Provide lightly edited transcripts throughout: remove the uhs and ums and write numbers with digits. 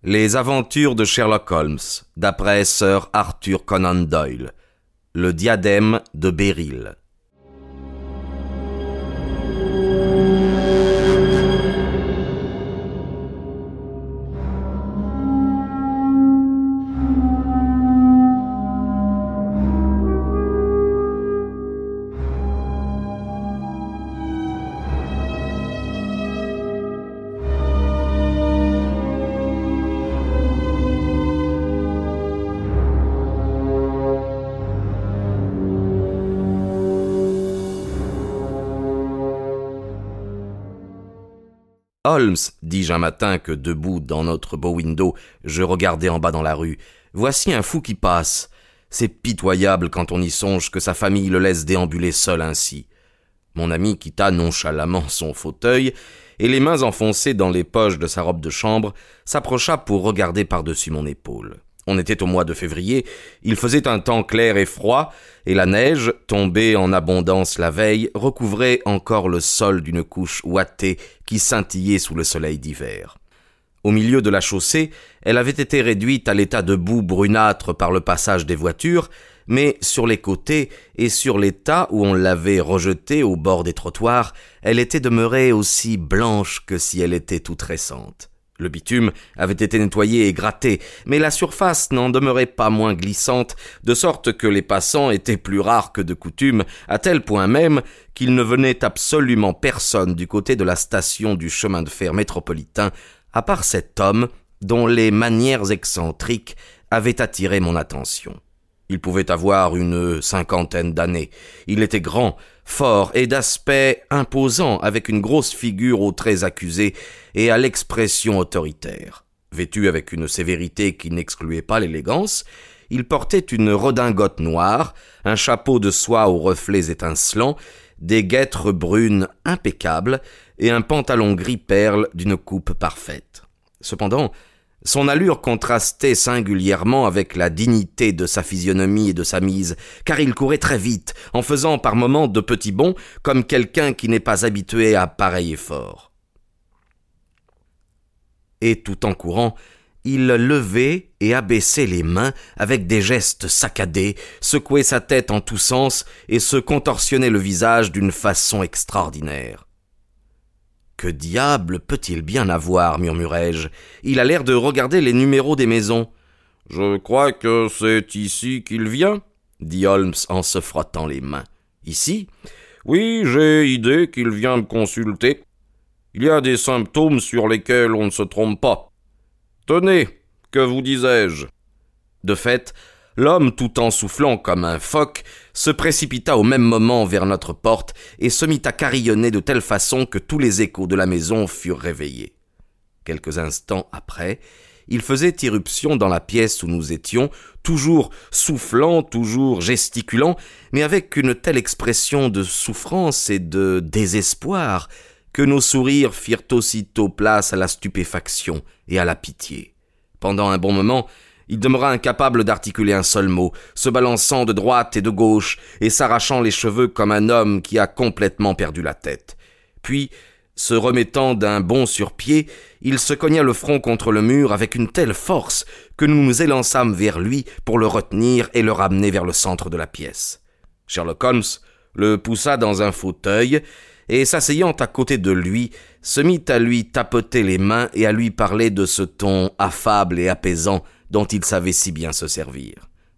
Les aventures de Sherlock Holmes, d'après Sir Arthur Conan Doyle. Le diadème de Béryl. « Holmes, dis-je un matin que, debout dans notre bow window, je regardais en bas dans la rue, voici un fou qui passe. C'est pitoyable quand on y songe que sa famille le laisse déambuler seul ainsi. » Mon ami quitta nonchalamment son fauteuil et, les mains enfoncées dans les poches de sa robe de chambre, s'approcha pour regarder par-dessus mon épaule. On était au mois de février, il faisait un temps clair et froid, et la neige, tombée en abondance la veille, recouvrait encore le sol d'une couche ouatée qui scintillait sous le soleil d'hiver. Au milieu de la chaussée, elle avait été réduite à l'état de boue brunâtre par le passage des voitures, mais sur les côtés et sur les tas où on l'avait rejetée au bord des trottoirs, elle était demeurée aussi blanche que si elle était toute récente. Le bitume avait été nettoyé et gratté, mais la surface n'en demeurait pas moins glissante, de sorte que les passants étaient plus rares que de coutume, à tel point même qu'il ne venait absolument personne du côté de la station du chemin de fer métropolitain, à part cet homme dont les manières excentriques avaient attiré mon attention. Il pouvait avoir une 50aine d'années. Il était grand, fort et d'aspect imposant, avec une grosse figure aux traits accusés et à l'expression autoritaire. Vêtu avec une sévérité qui n'excluait pas l'élégance, il portait une redingote noire, un chapeau de soie aux reflets étincelants, des guêtres brunes impeccables et un pantalon gris perle d'une coupe parfaite. Cependant, son allure contrastait singulièrement avec la dignité de sa physionomie et de sa mise, car il courait très vite, en faisant par moments de petits bonds, comme quelqu'un qui n'est pas habitué à pareil effort. Et tout en courant, il levait et abaissait les mains avec des gestes saccadés, secouait sa tête en tous sens et se contorsionnait le visage d'une façon extraordinaire. « Que diable peut-il bien avoir ?» murmurai-je. « Il a l'air de regarder les numéros des maisons. »« Je crois que c'est ici qu'il vient, » dit Holmes en se frottant les mains. « Ici ? Oui, j'ai idée qu'il vient me consulter. Il y a des symptômes sur lesquels on ne se trompe pas. Tenez, que vous disais-je » De fait, l'homme, tout en soufflant comme un phoque, se précipita au même moment vers notre porte et se mit à carillonner de telle façon que tous les échos de la maison furent réveillés. Quelques instants après, il faisait irruption dans la pièce où nous étions, toujours soufflant, toujours gesticulant, mais avec une telle expression de souffrance et de désespoir que nos sourires firent aussitôt place à la stupéfaction et à la pitié. Pendant un bon moment, il demeura incapable d'articuler un seul mot, se balançant de droite et de gauche et s'arrachant les cheveux comme un homme qui a complètement perdu la tête. Puis, se remettant d'un bond sur pied, il se cogna le front contre le mur avec une telle force que nous nous élançâmes vers lui pour le retenir et le ramener vers le centre de la pièce. Sherlock Holmes le poussa dans un fauteuil et, s'asseyant à côté de lui, se mit à lui tapoter les mains et à lui parler de ce ton affable et apaisant dont il savait si bien se servir.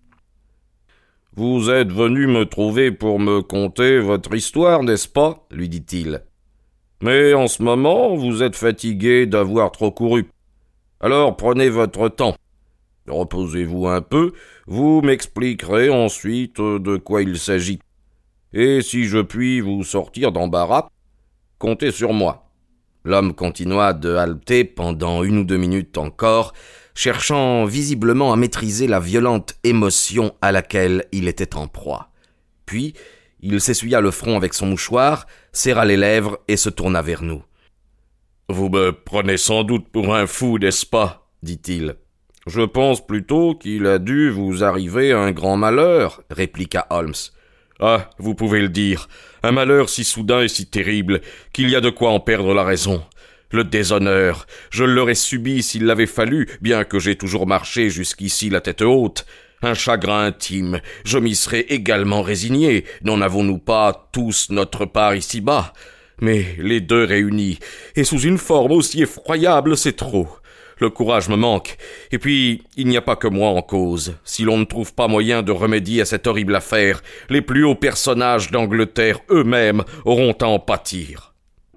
« Vous êtes venu me trouver pour me conter votre histoire, n'est-ce pas ?» lui dit-il. « Mais en ce moment, vous êtes fatigué d'avoir trop couru. Alors prenez votre temps. Reposez-vous un peu, vous m'expliquerez ensuite de quoi il s'agit. Et si je puis vous sortir d'embarras, comptez sur moi. » L'homme continua de haleter pendant 1 ou 2 minutes encore, cherchant visiblement à maîtriser la violente émotion à laquelle il était en proie. Puis, il s'essuya le front avec son mouchoir, serra les lèvres et se tourna vers nous. « Vous me prenez sans doute pour un fou, n'est-ce pas ?» dit-il. « Je pense plutôt qu'il a dû vous arriver un grand malheur, » répliqua Holmes. « Ah, vous pouvez le dire, un malheur si soudain et si terrible qu'il y a de quoi en perdre la raison. Le déshonneur, je l'aurais subi s'il l'avait fallu, bien que j'ai toujours marché jusqu'ici la tête haute. Un chagrin intime, je m'y serais également résigné, n'en avons-nous pas tous notre part ici-bas? Mais les deux réunis, et sous une forme aussi effroyable, c'est trop. Le courage me manque, et puis il n'y a pas que moi en cause. Si l'on ne trouve pas moyen de remédier à cette horrible affaire, les plus hauts personnages d'Angleterre eux-mêmes auront à en pâtir.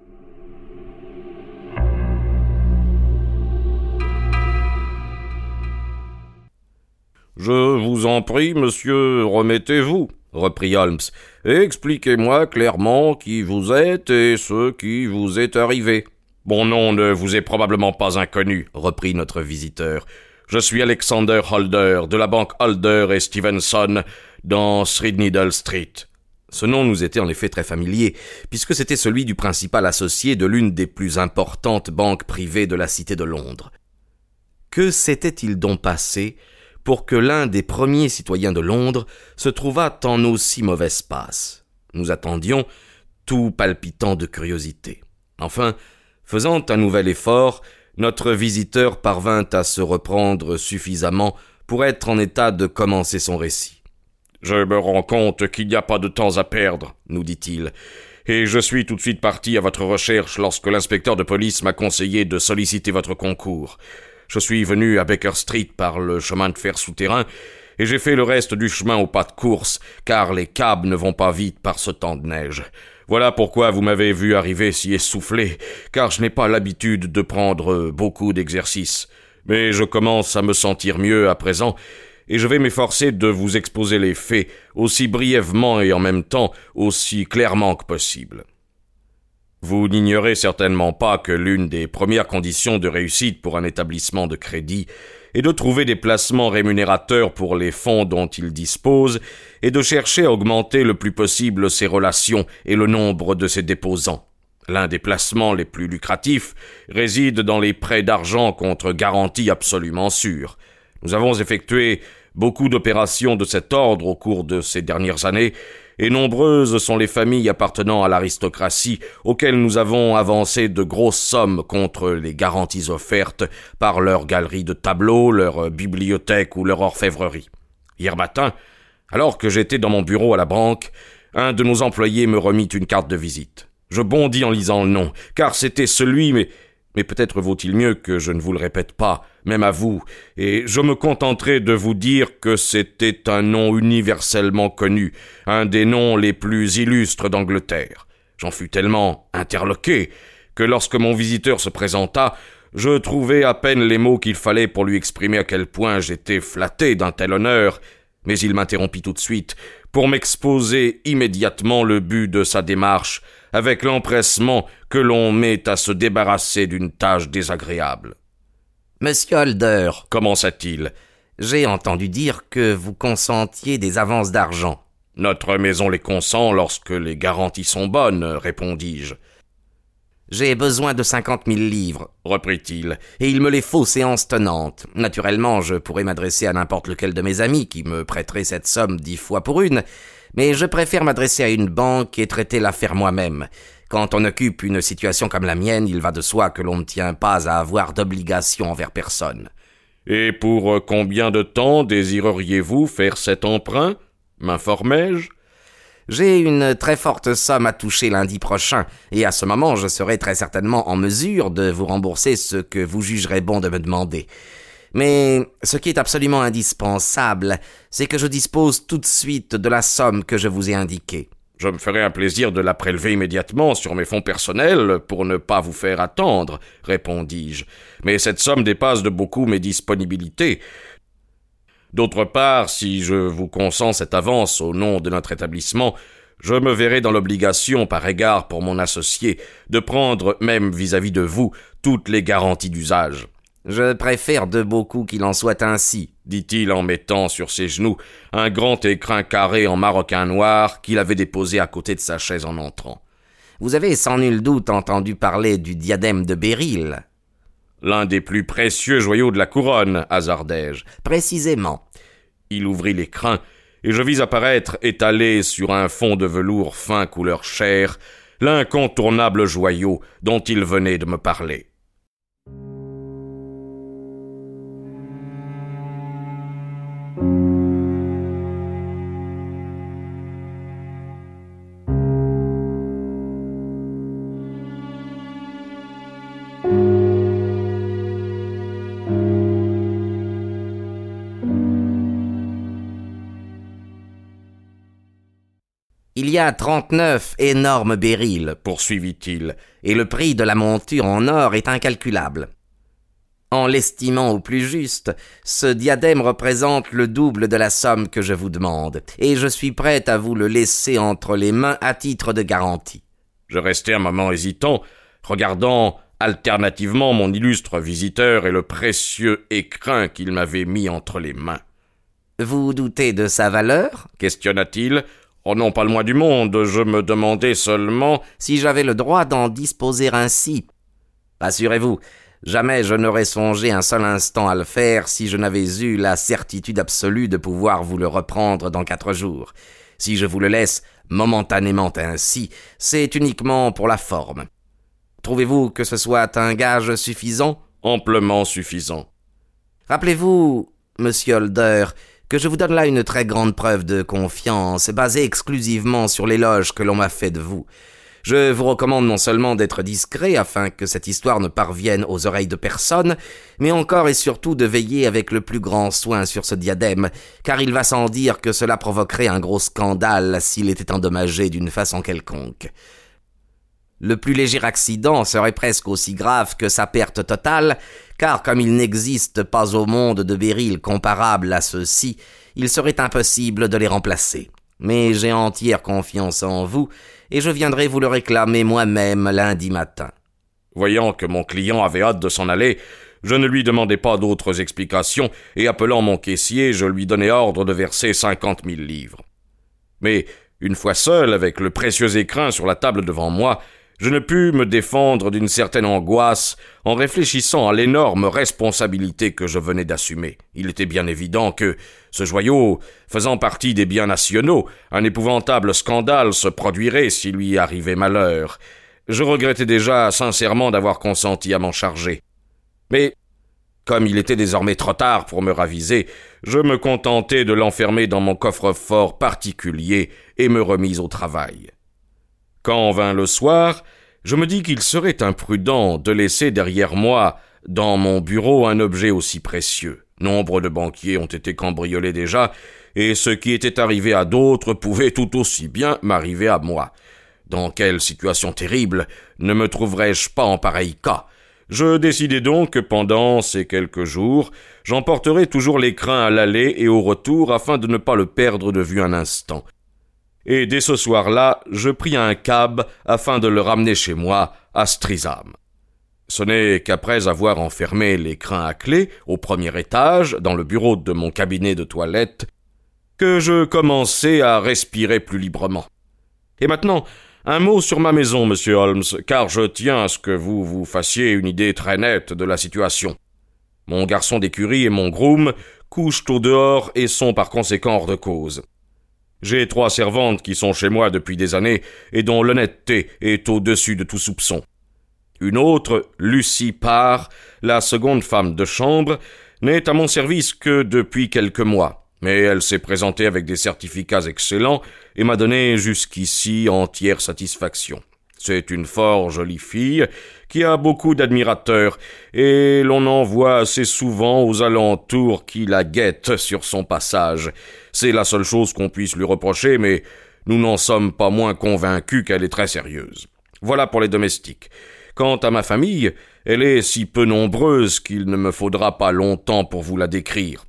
Je vous en prie, monsieur, remettez-vous, reprit Holmes, et expliquez-moi clairement qui vous êtes et ce qui vous est arrivé. Mon nom ne vous est probablement pas inconnu, reprit notre visiteur. Je suis Alexander Holder, de la banque Holder et Stevenson, dans Threadneedle Street. Ce nom nous était en effet très familier, puisque c'était celui du principal associé de l'une des plus importantes banques privées de la Cité de Londres. Que s'était-il donc passé pour que l'un des premiers citoyens de Londres se trouvât en aussi mauvaise passe? Nous attendions, tout palpitant de curiosité. Enfin, faisant un nouvel effort, notre visiteur parvint à se reprendre suffisamment pour être en état de commencer son récit. « Je me rends compte qu'il n'y a pas de temps à perdre, » nous dit-il, « et je suis tout de suite parti à votre recherche lorsque l'inspecteur de police m'a conseillé de solliciter votre concours. Je suis venu à Baker Street par le chemin de fer souterrain, et j'ai fait le reste du chemin au pas de course, car les cabs ne vont pas vite par ce temps de neige. Voilà pourquoi vous m'avez vu arriver si essoufflé, car je n'ai pas l'habitude de prendre beaucoup d'exercices. Mais je commence à me sentir mieux à présent, et je vais m'efforcer de vous exposer les faits aussi brièvement et en même temps aussi clairement que possible. Vous n'ignorez certainement pas que l'une des premières conditions de réussite pour un établissement de crédit est de trouver des placements rémunérateurs pour les fonds dont il dispose et de chercher à augmenter le plus possible ses relations et le nombre de ses déposants. L'un des placements les plus lucratifs réside dans les prêts d'argent contre garantie absolument sûre. Nous avons effectué beaucoup d'opérations de cet ordre au cours de ces dernières années, et nombreuses sont les familles appartenant à l'aristocratie auxquelles nous avons avancé de grosses sommes contre les garanties offertes par leur galerie de tableaux, leur bibliothèque ou leur orfèvrerie. Hier matin, alors que j'étais dans mon bureau à la banque, un de nos employés me remit une carte de visite. Je bondis en lisant le nom, car c'était celui, mais peut-être vaut-il mieux que je ne vous le répète pas, même à vous, et je me contenterai de vous dire que c'était un nom universellement connu, un des noms les plus illustres d'Angleterre. J'en fus tellement interloqué que lorsque mon visiteur se présenta, je trouvai à peine les mots qu'il fallait pour lui exprimer à quel point j'étais flatté d'un tel honneur, mais il m'interrompit tout de suite pour m'exposer immédiatement le but de sa démarche, avec l'empressement que l'on met à se débarrasser d'une tâche désagréable. « Monsieur Holder, commença-t-il, j'ai entendu dire que vous consentiez des avances d'argent. »« Notre maison les consent lorsque les garanties sont bonnes, répondis-je. »« J'ai besoin de 50 000 livres, reprit-il, et il me les faut séance tenante. Naturellement, je pourrais m'adresser à n'importe lequel de mes amis qui me prêterait cette somme 10 fois pour une, mais je préfère m'adresser à une banque et traiter l'affaire moi-même. Quand on occupe une situation comme la mienne, il va de soi que l'on ne tient pas à avoir d'obligation envers personne. »« Et pour combien de temps désireriez-vous faire cet emprunt ? M'informai-je ? » ?»« J'ai une très forte somme à toucher lundi prochain, et à ce moment je serai très certainement en mesure de vous rembourser ce que vous jugerez bon de me demander. Mais ce qui est absolument indispensable, c'est que je dispose tout de suite de la somme que je vous ai indiquée. »« Je me ferai un plaisir de la prélever immédiatement sur mes fonds personnels pour ne pas vous faire attendre, répondis-je. Mais cette somme dépasse de beaucoup mes disponibilités. D'autre part, si je vous consens cette avance au nom de notre établissement, je me verrai dans l'obligation, par égard pour mon associé, de prendre, même vis-à-vis de vous, toutes les garanties d'usage. »« Je préfère de beaucoup qu'il en soit ainsi, » dit-il en mettant sur ses genoux un grand écrin carré en maroquin noir qu'il avait déposé à côté de sa chaise en entrant. « Vous avez sans nul doute entendu parler du diadème de Beryl. »« L'un des plus précieux joyaux de la couronne, hasardai-je. »« Précisément. » Il ouvrit l'écrin, et je vis apparaître, étalé sur un fond de velours fin couleur chair, l'incontournable joyau dont il venait de me parler. Il y a 39 énormes béryls, poursuivit-il, et le prix de la monture en or est incalculable. En l'estimant au plus juste, ce diadème représente le double de la somme que je vous demande, et je suis prêt à vous le laisser entre les mains à titre de garantie. » Je restai un moment hésitant, regardant alternativement mon illustre visiteur et le précieux écrin qu'il m'avait mis entre les mains. « Vous doutez de sa valeur » questionna-t-il. « Oh non, pas le moins du monde, je me demandais seulement… » « Si j'avais le droit d'en disposer ainsi. Rassurez-vous, jamais je n'aurais songé un seul instant à le faire si je n'avais eu la certitude absolue de pouvoir vous le reprendre dans 4 jours. Si je vous le laisse momentanément ainsi, c'est uniquement pour la forme. Trouvez-vous que ce soit un gage suffisant ?»« Amplement suffisant. » « Rappelez-vous, monsieur Holder, que je vous donne là une très grande preuve de confiance, basée exclusivement sur l'éloge que l'on m'a fait de vous. Je vous recommande non seulement d'être discret afin que cette histoire ne parvienne aux oreilles de personne, mais encore et surtout de veiller avec le plus grand soin sur ce diadème, car il va sans dire que cela provoquerait un gros scandale s'il était endommagé d'une façon quelconque. Le plus léger accident serait presque aussi grave que sa perte totale, car comme il n'existe pas au monde de béryls comparables à ceux-ci, il serait impossible de les remplacer. Mais j'ai entière confiance en vous, et je viendrai vous le réclamer moi-même lundi matin. » Voyant que mon client avait hâte de s'en aller, je ne lui demandai pas d'autres explications, et appelant mon caissier, je lui donnai ordre de verser 50 000 livres. Mais, une fois seul, avec le précieux écrin sur la table devant moi, je ne pus me défendre d'une certaine angoisse en réfléchissant à l'énorme responsabilité que je venais d'assumer. Il était bien évident que, ce joyau faisant partie des biens nationaux, un épouvantable scandale se produirait s'il lui arrivait malheur. Je regrettais déjà sincèrement d'avoir consenti à m'en charger. Mais, comme il était désormais trop tard pour me raviser, je me contentai de l'enfermer dans mon coffre-fort particulier et me remis au travail. Quand vint le soir, je me dis qu'il serait imprudent de laisser derrière moi, dans mon bureau, un objet aussi précieux. Nombre de banquiers ont été cambriolés déjà, et ce qui était arrivé à d'autres pouvait tout aussi bien m'arriver à moi. Dans quelle situation terrible ne me trouverais-je pas en pareil cas? Je décidai donc que pendant ces quelques jours, j'emporterai toujours l'écrin à l'aller et au retour afin de ne pas le perdre de vue un instant. Et dès ce soir-là, je pris un cab afin de le ramener chez moi, à Streatham. Ce n'est qu'après avoir enfermé l'écrin à clé, au premier étage, dans le bureau de mon cabinet de toilette, que je commençai à respirer plus librement. Et maintenant, un mot sur ma maison, monsieur Holmes, car je tiens à ce que vous vous fassiez une idée très nette de la situation. Mon garçon d'écurie et mon groom couchent au dehors et sont par conséquent hors de cause. J'ai 3 servantes qui sont chez moi depuis des années et dont l'honnêteté est au-dessus de tout soupçon. Une autre, Lucie Parr, la seconde femme de chambre, n'est à mon service que depuis quelques mois, mais elle s'est présentée avec des certificats excellents et m'a donné jusqu'ici entière satisfaction. C'est une fort jolie fille qui a beaucoup d'admirateurs et l'on en voit assez souvent aux alentours qui la guettent sur son passage. C'est la seule chose qu'on puisse lui reprocher, mais nous n'en sommes pas moins convaincus qu'elle est très sérieuse. Voilà pour les domestiques. Quant à ma famille, elle est si peu nombreuse qu'il ne me faudra pas longtemps pour vous la décrire.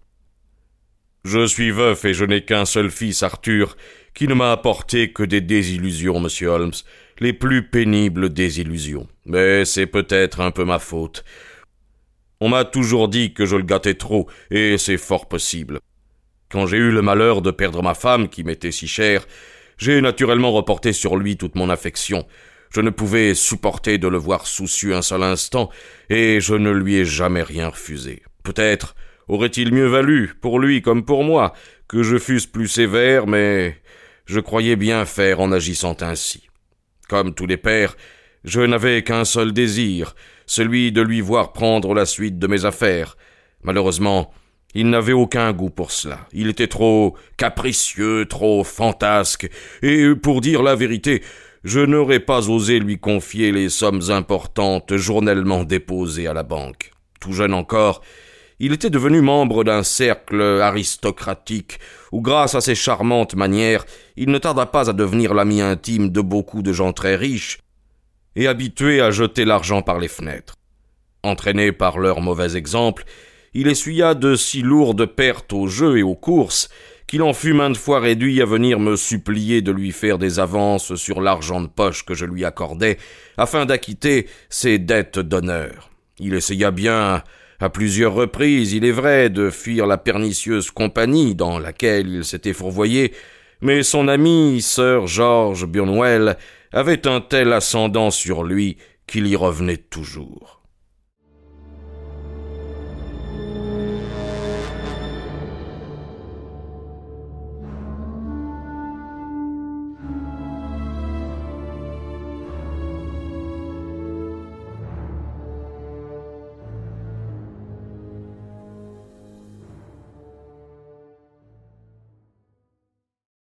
Je suis veuf et je n'ai qu'un seul fils, Arthur, qui ne m'a apporté que des désillusions, monsieur Holmes, les plus pénibles désillusions. Mais c'est peut-être un peu ma faute. On m'a toujours dit que je le gâtais trop, et c'est fort possible. Quand j'ai eu le malheur de perdre ma femme, qui m'était si chère, j'ai naturellement reporté sur lui toute mon affection. Je ne pouvais supporter de le voir soucieux un seul instant, et je ne lui ai jamais rien refusé. Peut-être aurait-il mieux valu, pour lui comme pour moi, que je fusse plus sévère, mais je croyais bien faire en agissant ainsi. Comme tous les pères, je n'avais qu'un seul désir, celui de lui voir prendre la suite de mes affaires. Malheureusement, il n'avait aucun goût pour cela. Il était trop capricieux, trop fantasque, et, pour dire la vérité, je n'aurais pas osé lui confier les sommes importantes journellement déposées à la banque. Tout jeune encore, Il était devenu membre d'un cercle aristocratique, où grâce à ses charmantes manières, il ne tarda pas à devenir l'ami intime de beaucoup de gens très riches, et habitué à jeter l'argent par les fenêtres. Entraîné par leur mauvais exemple, il essuya de si lourdes pertes aux jeux et aux courses qu'il en fut maintes fois réduit à venir me supplier de lui faire des avances sur l'argent de poche que je lui accordais, afin d'acquitter ses dettes d'honneur. Il essaya bien, à plusieurs reprises, il est vrai, de fuir la pernicieuse compagnie dans laquelle il s'était fourvoyé, mais son ami, Sir George Burnwell, avait un tel ascendant sur lui qu'il y revenait toujours.